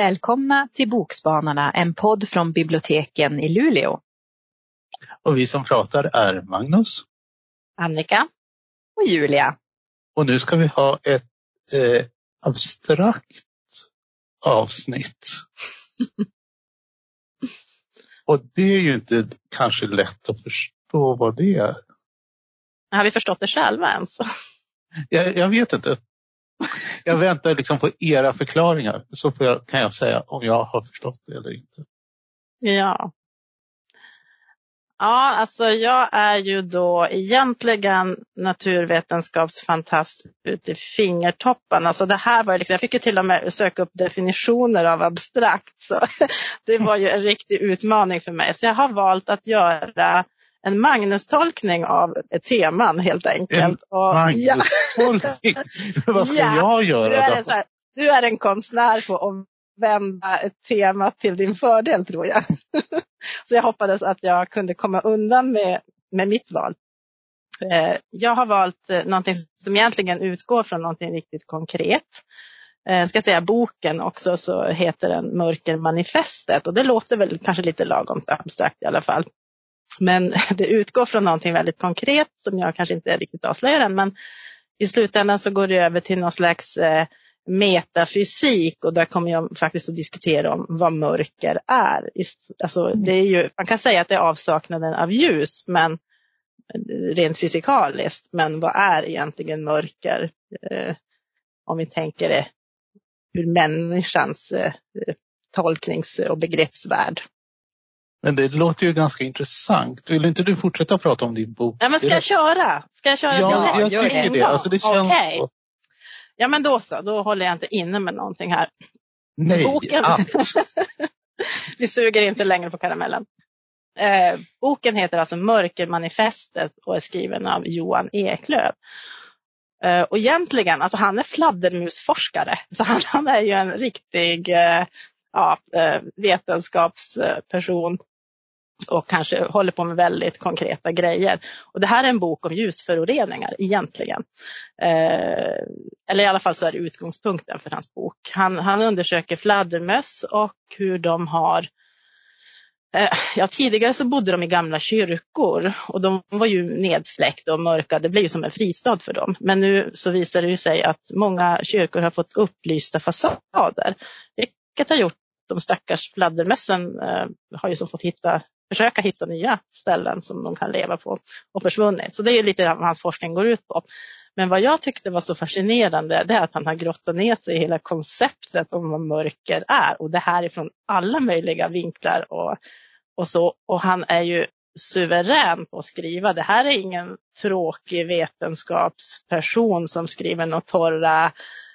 Välkomna till Bokspanarna, en podd från biblioteken i Luleå. Och vi som pratar är Magnus, Annika och Julia. Och nu ska vi ha ett abstrakt avsnitt. Och det är ju inte kanske lätt att förstå vad det är. Har vi förstått det själva ens? Jag vet inte. Jag väntar liksom på era förklaringar. Så kan jag säga om jag har förstått det eller inte. Ja. Ja, alltså jag är ju då egentligen naturvetenskapsfantast ut i fingertopparna. Alltså det här var liksom, jag fick ju till och med söka upp definitioner av abstrakt. Så det var ju en riktig utmaning för mig. Så jag har valt att göra en Magnus-tolkning av teman helt enkelt. Magnus-tolkning? Vad ska jag göra då? Du är en konstnär på att vända ett tema till din fördel, tror jag. Så jag hoppades att jag kunde komma undan med mitt val. Jag har valt någonting som egentligen utgår från någonting riktigt konkret. Ska säga boken också, så heter den Mörkermanifestet. Och det låter väl kanske lite lagom abstrakt i alla fall. Men det utgår från någonting väldigt konkret som jag kanske inte riktigt avslöjar än. Men i slutändan så går det över till någon slags metafysik, och där kommer jag faktiskt att diskutera om vad mörker är. Alltså, det är ju, man kan säga att det är avsaknaden av ljus, men rent fysikaliskt. Men vad är egentligen mörker? Om vi tänker det ur människans tolknings- och begreppsvärld. Men det låter ju ganska intressant. Vill inte du fortsätta prata om din bok? Ja, men ska jag köra? Ja, jag tycker det. Alltså, det känns så. Ja, men då så. Då håller jag inte inne med någonting här. Nej, boken. Vi suger inte längre på karamellen. Boken heter alltså Mörkermanifestet och är skriven av Johan Eklöf. Och egentligen, alltså han är fladdermusforskare. Så han är ju en riktig vetenskapsperson. Och kanske håller på med väldigt konkreta grejer. Och det här är en bok om ljusföroreningar egentligen. Eller i alla fall så är det utgångspunkten för hans bok. Han undersöker fladdermöss och hur de har... tidigare så bodde de i gamla kyrkor. Och de var ju nedsläckta och mörka. Det blev ju som en fristad för dem. Men nu så visar det sig att många kyrkor har fått upplysta fasader. Vilket har gjort de stackars fladdermössen har ju så fått försöka hitta nya ställen som de kan leva på och försvunnit. Så det är ju lite vad hans forskning går ut på. Men vad jag tyckte var så fascinerande, det är att han har grottat ner sig i hela konceptet om vad mörker är. Och det här är från alla möjliga vinklar och så. Och han är ju suverän på att skriva. Det här är ingen tråkig vetenskapsperson som skriver något torra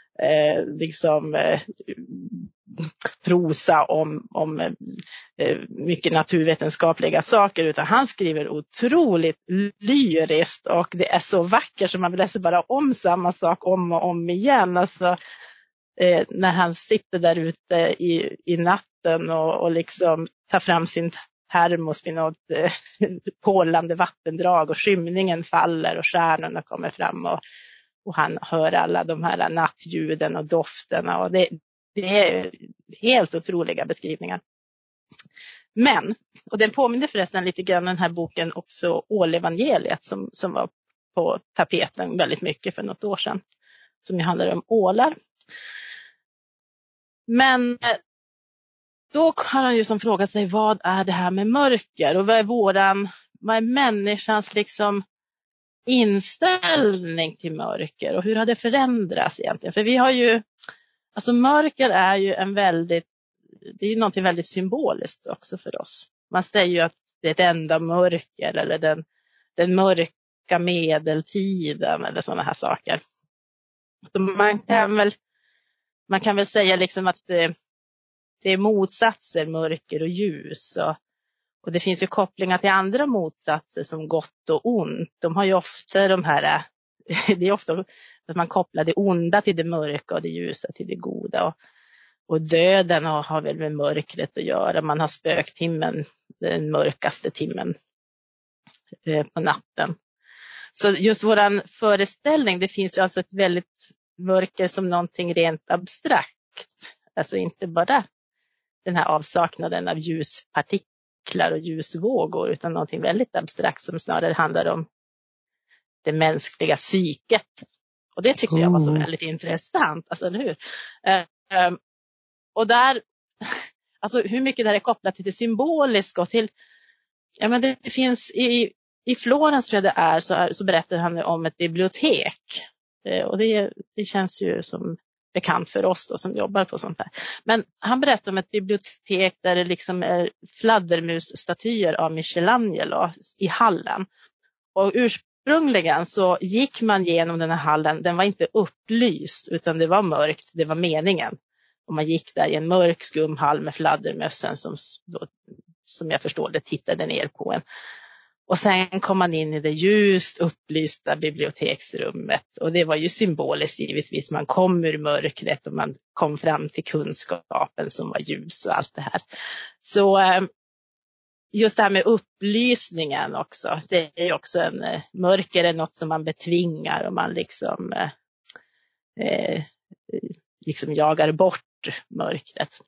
prosa om mycket naturvetenskapliga saker, utan han skriver otroligt lyriskt, och det är så vackert så man läser bara om samma sak om och om igen. Alltså, när han sitter där ute i natten och liksom tar fram sin termos vid något pålande vattendrag, och skymningen faller och stjärnorna kommer fram och han hör alla de här nattljuden och dofterna, och det är helt otroliga beskrivningar. Men, och den påminner förresten lite grann den här boken också Ålevangeliet som var på tapeten väldigt mycket för något år sedan. Som ju handlar om ålar. Men då har han ju som frågat sig, vad är det här med mörker? Och vad är människans liksom inställning till mörker? Och hur har det förändrats egentligen? För vi har ju, alltså mörker är ju det är ju någonting väldigt symboliskt också för oss. Man säger ju att det är ett enda mörker, eller den mörka medeltiden, eller sådana här saker. Så man kan väl säga liksom att det är motsatser, mörker och ljus. Och det finns ju kopplingar till andra motsatser som gott och ont. De har ju ofta det är ofta att man kopplar det onda till det mörka och det ljusa till det goda. Och döden har väl med mörkret att göra. Man har spöktimmen, den mörkaste timmen på natten. Så just våran föreställning, det finns ju alltså ett väldigt mörker som någonting rent abstrakt. Alltså inte bara den här avsaknaden av ljuspartiklar och ljusvågor, utan någonting väldigt abstrakt som snarare handlar om det mänskliga psyket. Och det tyckte jag var så väldigt intressant, alltså, eller hur? Och där, alltså hur mycket det är kopplat till det symboliska och till, ja men det finns i Florens, tror jag det är, så berättar han om ett bibliotek. Och det känns ju som bekant för oss då, som jobbar på sånt här. Men han berättar om ett bibliotek där det liksom är fladdermusstatyer av Michelangelo i hallen. Och ursprungligen så gick man genom den här hallen, den var inte upplyst utan det var mörkt, det var meningen. Och man gick där i en mörk skumhall med fladdermössen som jag förstår det tittade ner på en. Och sen kom man in i det ljust upplysta biblioteksrummet. Och det var ju symboliskt givetvis. Man kom ur mörkret och man kom fram till kunskapen som var ljus och allt det här. Så just det här med upplysningen också. Det är ju också mörker är något som man betvingar och man liksom jagar bort mörkret.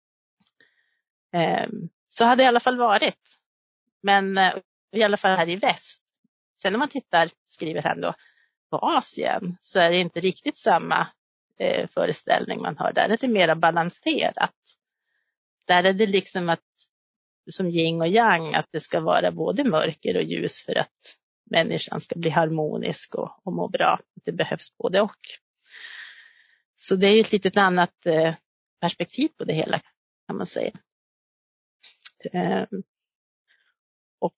Så hade det i alla fall varit. Men i alla fall här i väst. Sen när man tittar, skriver han då, på Asien så är det inte riktigt samma föreställning man har. Där är det mer balanserat. Där är det liksom att, som yin och yang, att det ska vara både mörker och ljus för att människan ska bli harmonisk och må bra. Det behövs både och. Så det är ett litet annat perspektiv på det hela, kan man säga. Och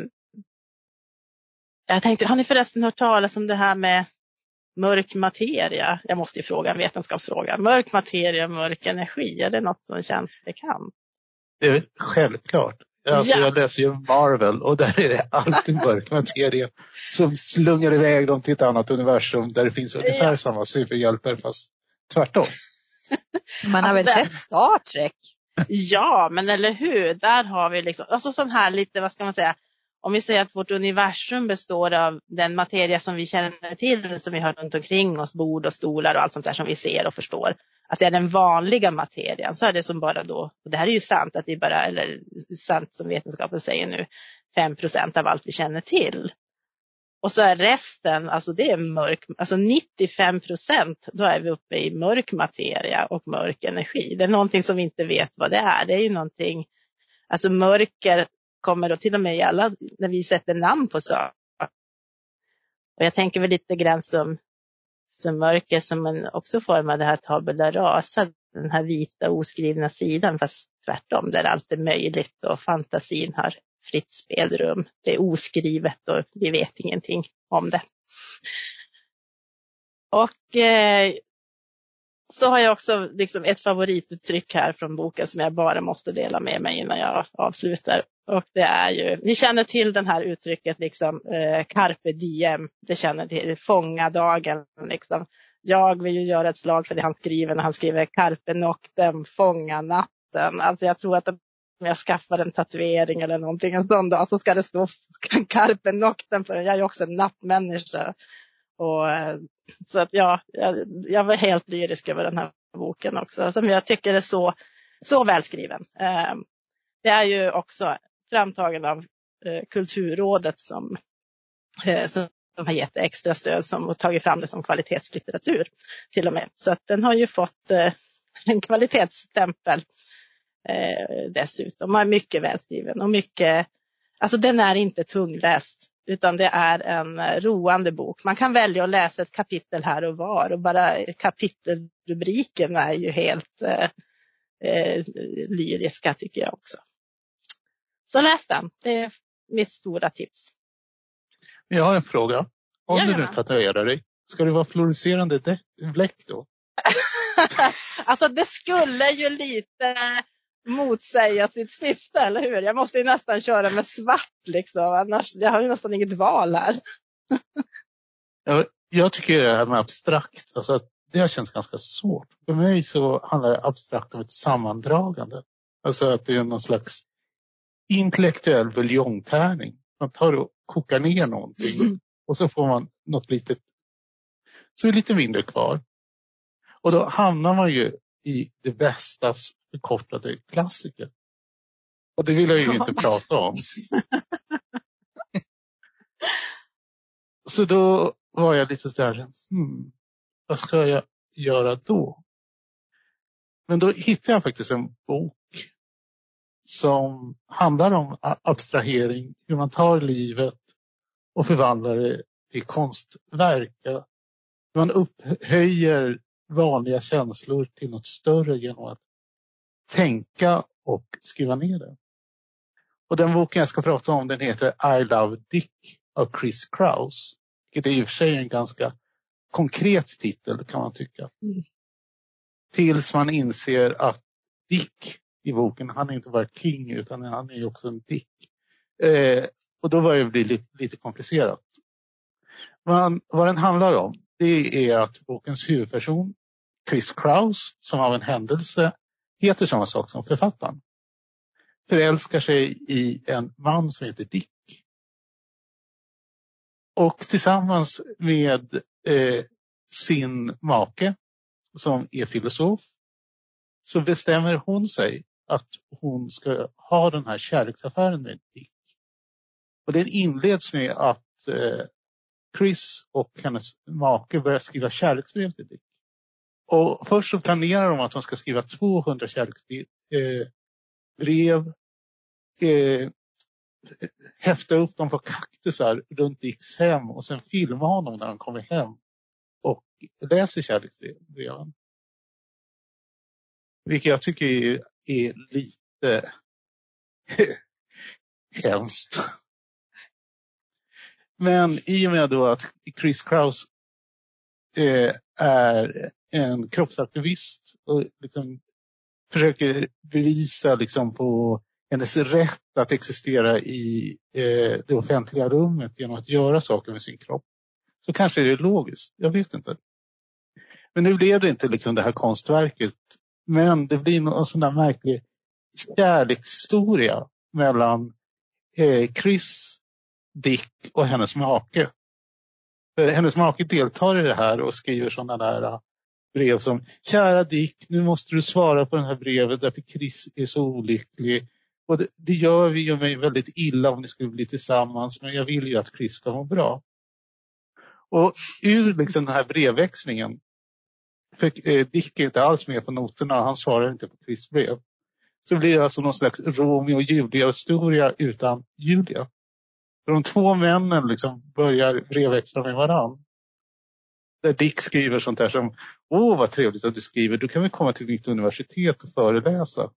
jag tänkte, har ni förresten hört talas om det här med mörk materia? Jag måste ju fråga en vetenskapsfråga. Mörk materia, mörk energi, är det något som känns bekant? Det är självklart. Alltså, jag läser ju Marvel och där är det alltid mörk materia som slungar iväg dem till ett annat universum där det finns ungefär samma superhjälper fast tvärtom. Man har väl sett Star Trek? Ja, men eller hur? Där har vi liksom, alltså sån här lite, vad ska man säga? Om vi säger att vårt universum består av den materia som vi känner till, som vi har runt omkring oss, bord och stolar och allt sånt där som vi ser och förstår. Att det är den vanliga materian, så är det som bara då, och det här är ju sant att det är bara, eller sant som vetenskapen säger nu, 5% av allt vi känner till. Och så är resten, alltså det är mörk, alltså 95%, då är vi uppe i mörk materia och mörk energi. Det är någonting som vi inte vet vad det är. Det är ju någonting, alltså mörker kommer då till och med i alla, när vi sätter namn på saker. Och jag tänker väl lite grann som mörker som man också formar det här tabula rasa, den här vita oskrivna sidan, fast tvärtom, där allt är möjligt och fantasin har fritt spelrum. Det är oskrivet och vi vet ingenting om det. Och så har jag också liksom ett favorituttryck här från boken som jag bara måste dela med mig innan jag avslutar. Och det är ju, ni känner till den här uttrycket liksom, carpe diem, det känner till, fånga dagen liksom. Jag vill ju göra ett slag för det han skriver när han skriver carpe noctem, fånga natten. Alltså jag tror att om jag skaffar en tatuering eller någonting en sån dag så ska det stå carpe noctem på den. Jag är ju också en nattmänniska. Och så att jag var helt lyrisk över den här boken också, som jag tycker är så välskriven. Det är ju också framtagen av Kulturrådet som har gett extra stöd och tagit fram det som kvalitetslitteratur till och med. Så att den har ju fått en kvalitetsstämpel dessutom. Den är mycket välskriven och mycket, alltså den är inte tungläst. Utan det är en roande bok. Man kan välja att läsa ett kapitel här och var. Och bara kapitelrubriken är ju helt lyriska tycker jag också. Så läs den. Det är mitt stora tips. Jag har en fråga. Om du nu tatuerar dig, ska det vara fluorescerande bläck då? Alltså det skulle ju lite motsäga sitt syfte, eller hur? Jag måste ju nästan köra med svart liksom, annars jag har ju nästan inget val här. Jag tycker det här med abstrakt, alltså att det känns ganska svårt. För mig så handlar det abstrakt om ett sammandragande. Alltså att det är någon slags intellektuell buljongtärning. Man tar och kokar ner någonting och så får man något litet, så är lite mindre kvar. Och då hamnar man ju i det bästas förkortade klassiker. Och det vill jag ju inte prata om. Så då var jag lite där, vad ska jag göra då? Men då hittade jag faktiskt en bok som handlar om abstrahering, hur man tar livet och förvandlar det till konstverk. Man upphöjer vanliga känslor till något större genom att tänka och skriva ner det. Och den boken jag ska prata om, den heter I Love Dick av Chris Kraus. Det är i och för sig en ganska konkret titel kan man tycka. Tills man inser att Dick i boken, han är inte bara king utan han är också en Dick. Och då börjar det bli lite komplicerat. Vad den handlar om, det är att bokens huvudperson, Chris Kraus, som av en händelse heter samma sak som författaren, förälskar sig i en man som heter Dick. Och tillsammans med sin make, som är filosof, så bestämmer hon sig att hon ska ha den här kärleksaffären med Dick. Och den inleds med att Chris och hennes make börjar skriva kärleksbrev till Dick. Och först så planerar de att de ska skriva 200 kärleksbrev, häfta upp dem på kaktusar runt Dicks hem och sen filma honom när han kommer hem och läser kärleksbreven. Vilket jag tycker är lite hemskt. Men i och med då att Chris Kraus är en kroppsaktivist och liksom försöker bevisa liksom på hennes rätt att existera i det offentliga rummet genom att göra saker med sin kropp, så kanske det är logiskt. Jag vet inte. Men nu blev det inte liksom det här konstverket, men det blir någon sån där märklig kärlekshistoria mellan Chris, Dick och hennes make. Hennes make deltar i det här och skriver sådana där brev som: kära Dick, nu måste du svara på det här brevet därför Chris är så olycklig. Och det gör vi ju mig väldigt illa om ni skulle bli tillsammans, men jag vill ju att Chris ska må bra. Och ur liksom den här brevväxlingen, för Dick är inte alls med på noterna, han svarar inte på Chris brev, så blir det alltså någon slags Romeo och Julia-historia utan Julia. De två männen liksom börjar brevväxla med varann. Där Dick skriver sånt där som: åh vad trevligt att du skriver, du kan väl komma till mitt universitet och föreläsa.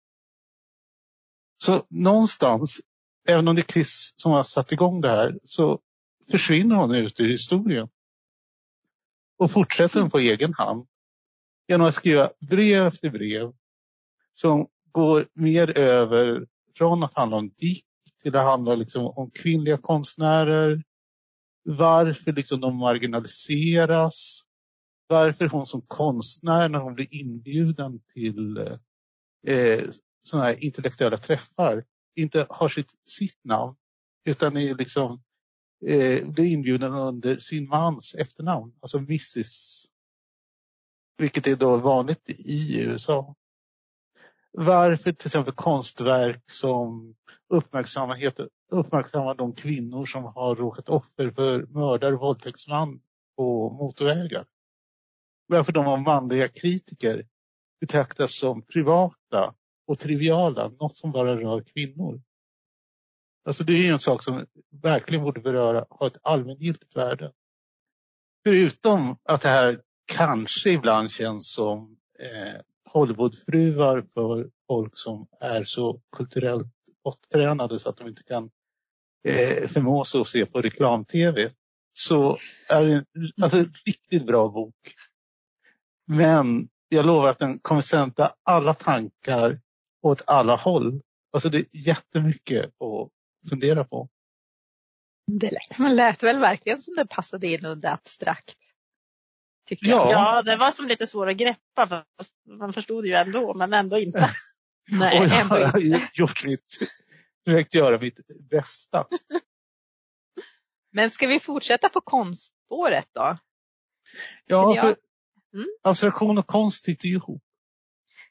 Så någonstans, även om det är Chris som har satt igång det här, så försvinner hon ut ur historien. Och fortsätter hon på egen hand genom att skriva brev efter brev som går mer över från att handla om Dick till att handla liksom om kvinnliga konstnärer. Varför liksom de marginaliseras. Varför hon som konstnär, när hon blir inbjuden till sådana här intellektuella träffar, inte har sitt namn, utan är liksom blir inbjuden under sin mans efternamn, alltså Mrs. Vilket är då vanligt i USA. Varför till exempel konstverk som uppmärksammar de kvinnor som har råkat offer för mördare och våldtäktsman på motorvägar. Varför de av manliga kritiker betraktas som privata och triviala, något som bara rör kvinnor. Alltså det är ju en sak som verkligen borde ha ett allmängiltigt värde. Förutom att det här kanske ibland känns som Hollywoodfruar för folk som är så kulturellt borttränade så att de inte kan förmå sig att se på reklam-tv, så är det alltså en riktigt bra bok. Men jag lovar att den kommer sända alla tankar åt alla håll. Alltså det är jättemycket att fundera på. Man lät väl verkligen som det passade in under abstrakt. Tycker jag. Ja, det var som lite svårt att greppa. Fast man förstod ju ändå, men ändå inte. Nej, och jag har försökt göra mitt bästa. Men ska vi fortsätta på konstspåret då? Ja, för abstraktion och konst sitter ju ihop.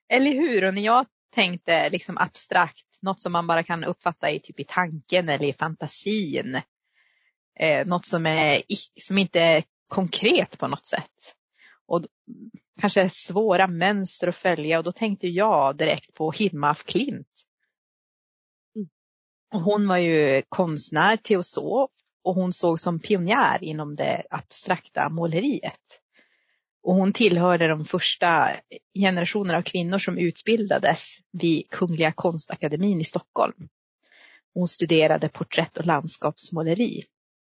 Eller hur? Och när jag tänkte liksom abstrakt, något som man bara kan uppfatta i typ i tanken eller i fantasin. Något som inte är konkret på något sätt. Och kanske svåra mönster att följa. Och då tänkte jag direkt på Hilma af Klint. Och hon var ju konstnär, teosof. Och hon såg som pionjär inom det abstrakta måleriet. Och hon tillhörde de första generationerna av kvinnor som utbildades vid Kungliga konstakademin i Stockholm. Hon studerade porträtt- och landskapsmåleri.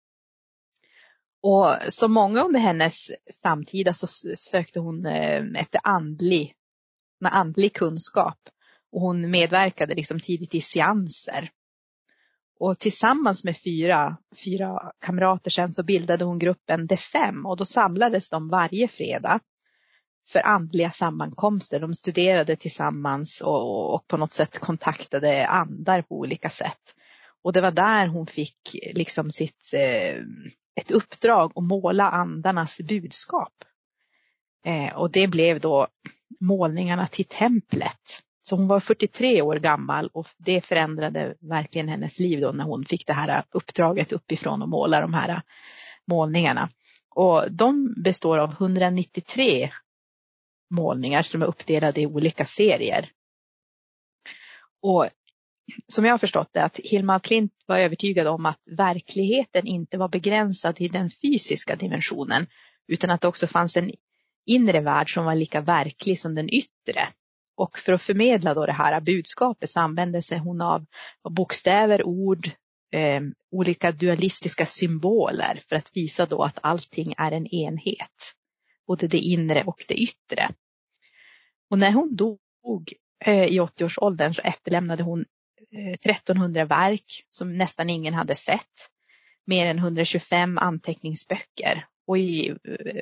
Och som många under hennes samtida så sökte hon efter andlig kunskap. Och hon medverkade liksom tidigt i seanser. Och tillsammans med fyra kamrater sen så bildade hon gruppen De Fem. Och då samlades de varje fredag för andliga sammankomster. De studerade tillsammans och på något sätt kontaktade andar på olika sätt. Och det var där hon fick liksom ett uppdrag att måla andarnas budskap. Och det blev då målningarna till templet. Så hon var 43 år gammal och det förändrade verkligen hennes liv då när hon fick det här uppdraget uppifrån och måla de här målningarna. Och de består av 193 målningar som är uppdelade i olika serier. Och som jag har förstått det, att Hilma af Klint var övertygad om att verkligheten inte var begränsad till den fysiska dimensionen, utan att det också fanns en inre värld som var lika verklig som den yttre. Och för att förmedla då det här budskapet så använde sig hon av bokstäver, ord, olika dualistiska symboler för att visa då att allting är en enhet. Både det inre och det yttre. Och när hon dog i 80-årsåldern så efterlämnade hon 1300 verk som nästan ingen hade sett. Mer än 125 anteckningsböcker. Och i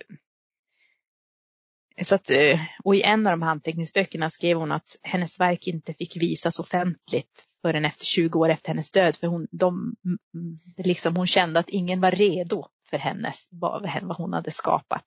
en av de här anteckningsböckerna skrev hon att hennes verk inte fick visas offentligt förrän efter 20 år efter hennes död. För hon kände att ingen var redo för vad hon hade skapat.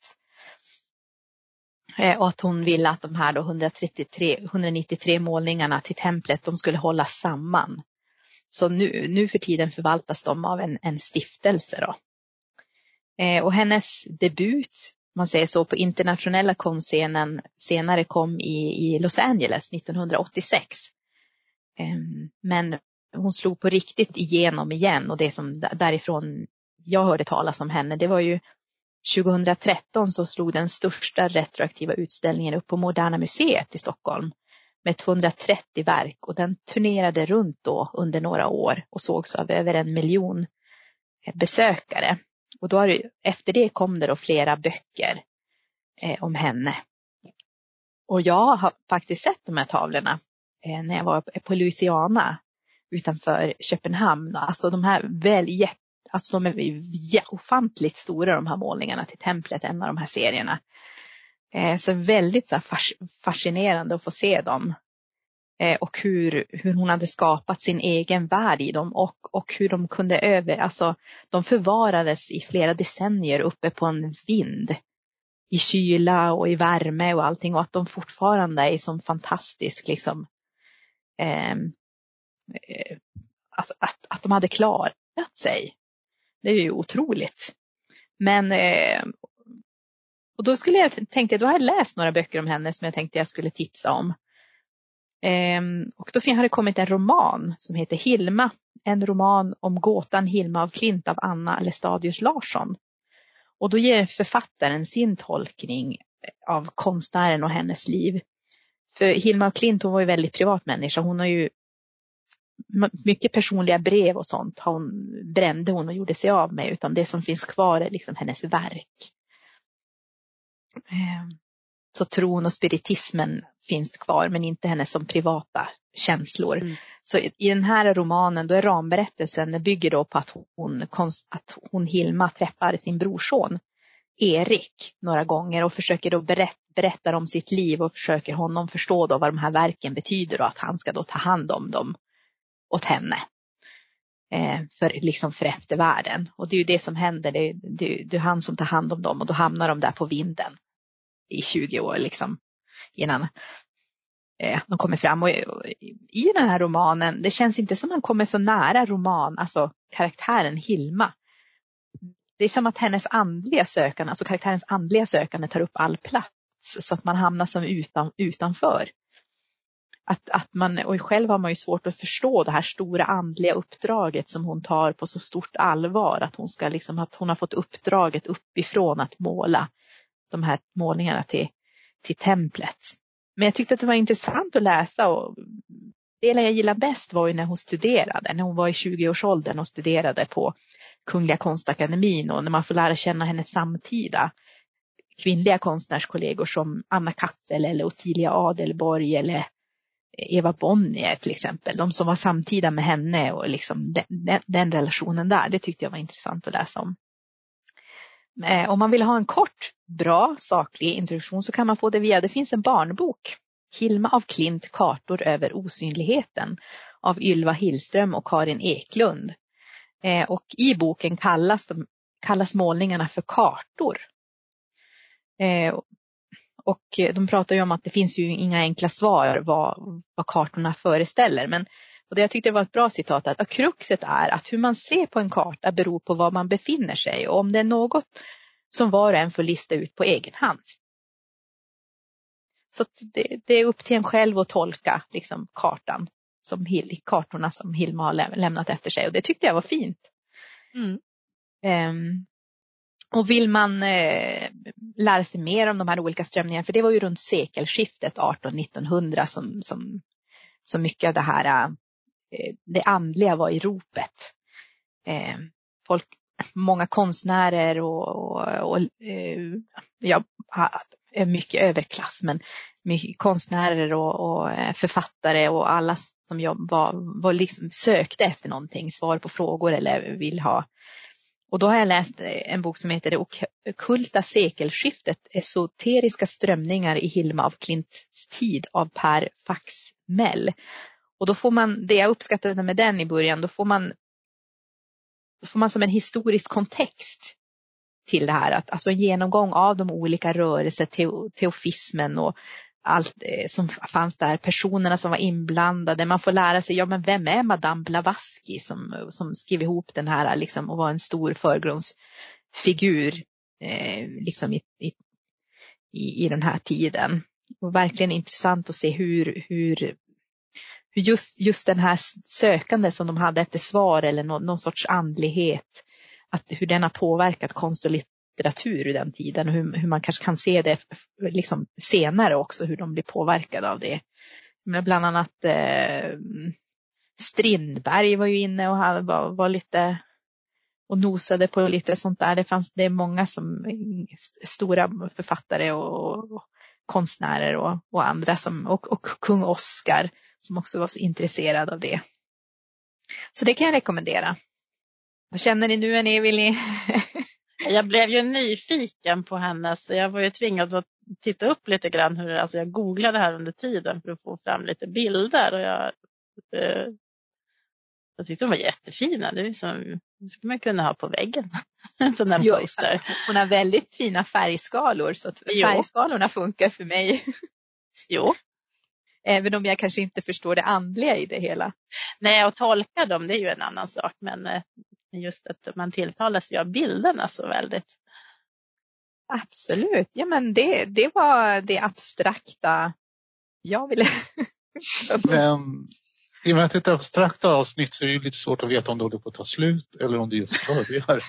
Och att hon ville att de här då 193 målningarna till templet, de skulle hållas samman. Så nu för tiden förvaltas de av en stiftelse då. Och hennes debut, man säger så, på internationella konstscenen senare kom i Los Angeles 1986. Men hon slog på riktigt igenom igen, och det som därifrån jag hörde talas om henne, det var ju 2013 så slog den största retroaktiva utställningen upp på Moderna museet i Stockholm med 230 verk, och den turnerade runt då under några år och sågs av över 1 miljon besökare. Och då efter det kom det då flera böcker om henne. Och jag har faktiskt sett de här tavlorna när jag var på Louisiana utanför Köpenhamn. Alltså de här de är ofantligt stora, de här målningarna till templet, en av de här serierna. Så väldigt så fascinerande att få se dem. Och hur hon hade skapat sin egen värld i dem, och hur de kunde de förvarades i flera decennier uppe på en vind. I kyla och i värme och allting, och att de fortfarande är som fantastisk liksom. Att de hade klarat sig. Det är ju otroligt. Men och då då har jag läst några böcker om henne som jag tänkte jag skulle tipsa om. Och då har det kommit en roman som heter Hilma. En roman om gåtan Hilma af Klint av Anna Lestadius Larsson. Och då ger författaren sin tolkning av konstnären och hennes liv. För Hilma af Klint, hon var ju väldigt privat människa. Hon har ju mycket personliga brev och sånt brände hon och gjorde sig av med, utan det som finns kvar är liksom hennes verk. Så tron och spiritismen finns kvar, men inte hennes som privata känslor. Mm. Så i den här romanen då är ramberättelsen bygger då på att hon Hilma träffar sin brorson Erik några gånger och försöker då berätta om sitt liv och försöker honom förstå då vad de här verken betyder och att han ska då ta hand om dem åt henne. För eftervärlden. Och det är ju det som händer. Det är han som tar hand om dem, och då hamnar de där på vinden i 20 år liksom innan. de kommer fram. Och i den här romanen, det känns inte som man kommer så nära alltså karaktären Hilma. Det är som att hennes andliga sökande, alltså karaktärens andliga sökande tar upp all plats. Så att man hamnar som utanför. Att man, och själv har man ju svårt att förstå det här stora andliga uppdraget som hon tar på så stort allvar. Att hon ska liksom, att hon har fått uppdraget uppifrån att måla de här målningarna till templet. Men jag tyckte att det var intressant att läsa, och det jag gillade bäst var ju när hon studerade. När hon var i 20-årsåldern och studerade på Kungliga konstakademin, och när man får lära känna hennes samtida kvinnliga konstnärskollegor som Anna Katzel eller Ottilia Adelborg eller Eva Bonnier till exempel. De som var samtida med henne och liksom den relationen där. Det tyckte jag var intressant att läsa om. Om man vill ha en kort, bra, saklig introduktion så kan man få det finns en barnbok. Hilma af Klint, kartor över osynligheten av Ylva Hillström och Karin Eklund. Och i boken kallas målningarna för kartor. Och de pratar ju om att det finns ju inga enkla svar vad kartorna föreställer. Men och det jag tyckte var ett bra citat, att kruxet är att hur man ser på en karta beror på var man befinner sig. Och om det är något som var och en får lista ut på egen hand. Så det är upp till en själv att tolka liksom kartorna som Hilma har lämnat efter sig. Och det tyckte jag var fint. Och vill man lära sig mer om de här olika strömningarna, för det var ju runt sekelskiftet 1800-1900 som mycket av det här det andliga var i ropet. Många konstnärer och mycket överklass, men mycket konstnärer och författare och alla som var liksom sökte efter någonting, svar på frågor eller vill ha. Och då har jag läst en bok som heter Det ockulta sekelskiftet, esoteriska strömningar i Hilma af Klints tid av Per Faxmell. Och då får man, det jag uppskattade med den i början, då får man som en historisk kontext till det här. Alltså en genomgång av de olika rörelser, teofismen och allt som fanns där, personerna som var inblandade. Man får lära sig, men vem är Madame Blavatsky som skrev ihop den här liksom, och var en stor förgrundsfigur liksom i den här tiden. Och verkligen intressant att se hur just den här sökande som de hade efter svar eller någon sorts andlighet, hur den har påverkat konst och litteratur i den tiden, och hur man kanske kan se det liksom senare också, hur de blir påverkade av det. Men bland annat Strindberg var ju inne och var lite och nosade på lite sånt där. Det är många som stora författare och konstnärer och andra och kung Oscar som också var så intresserad av det. Så det kan jag rekommendera. Vad känner ni nu, ni vill? Jag blev ju nyfiken på henne, så jag var ju tvingad att titta upp lite grann alltså jag googlade här under tiden för att få fram lite bilder, och jag tyckte de var jättefina. Det skulle man kunna ha på väggen. En sån där poster. Hon har väldigt fina färgskalor, så att färgskalorna funkar för mig. Jo. Även om jag kanske inte förstår det andliga i det hela. Nej, och tolka dem, det är ju en annan sak. Men just att man tilltalas ju av bilderna så väldigt. Absolut. Ja, men det var det abstrakta jag ville. Men i och med att det är ett abstrakta avsnitt så är det ju lite svårt att veta om det håller på att ta slut eller om det just börjar.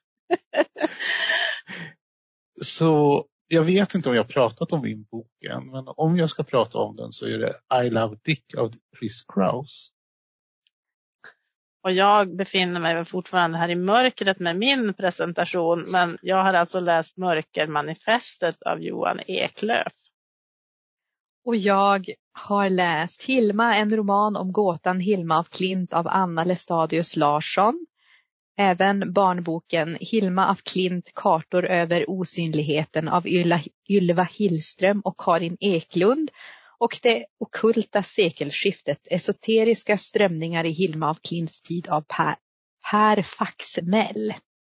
Så jag vet inte om jag har pratat om min boken, men om jag ska prata om den så är det I Love Dick av Chris Kraus. Och jag befinner mig fortfarande här i mörkret med min presentation, men jag har alltså läst Mörkermanifestet av Johan Eklöf. Och jag har läst Hilma, en roman om gåtan Hilma af Klint av Anna Lestadius Larsson. Även barnboken Hilma af Klint, kartor över osynligheten av Ylva Hillström och Karin Eklund. Och det ockulta sekelskiftet, esoteriska strömningar i Hilma af Klints tid av Per Faxmell.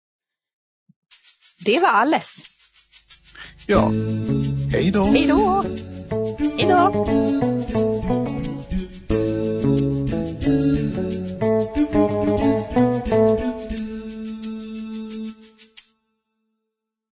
Det var alles. Ja, hej då. Hej då. Hej då.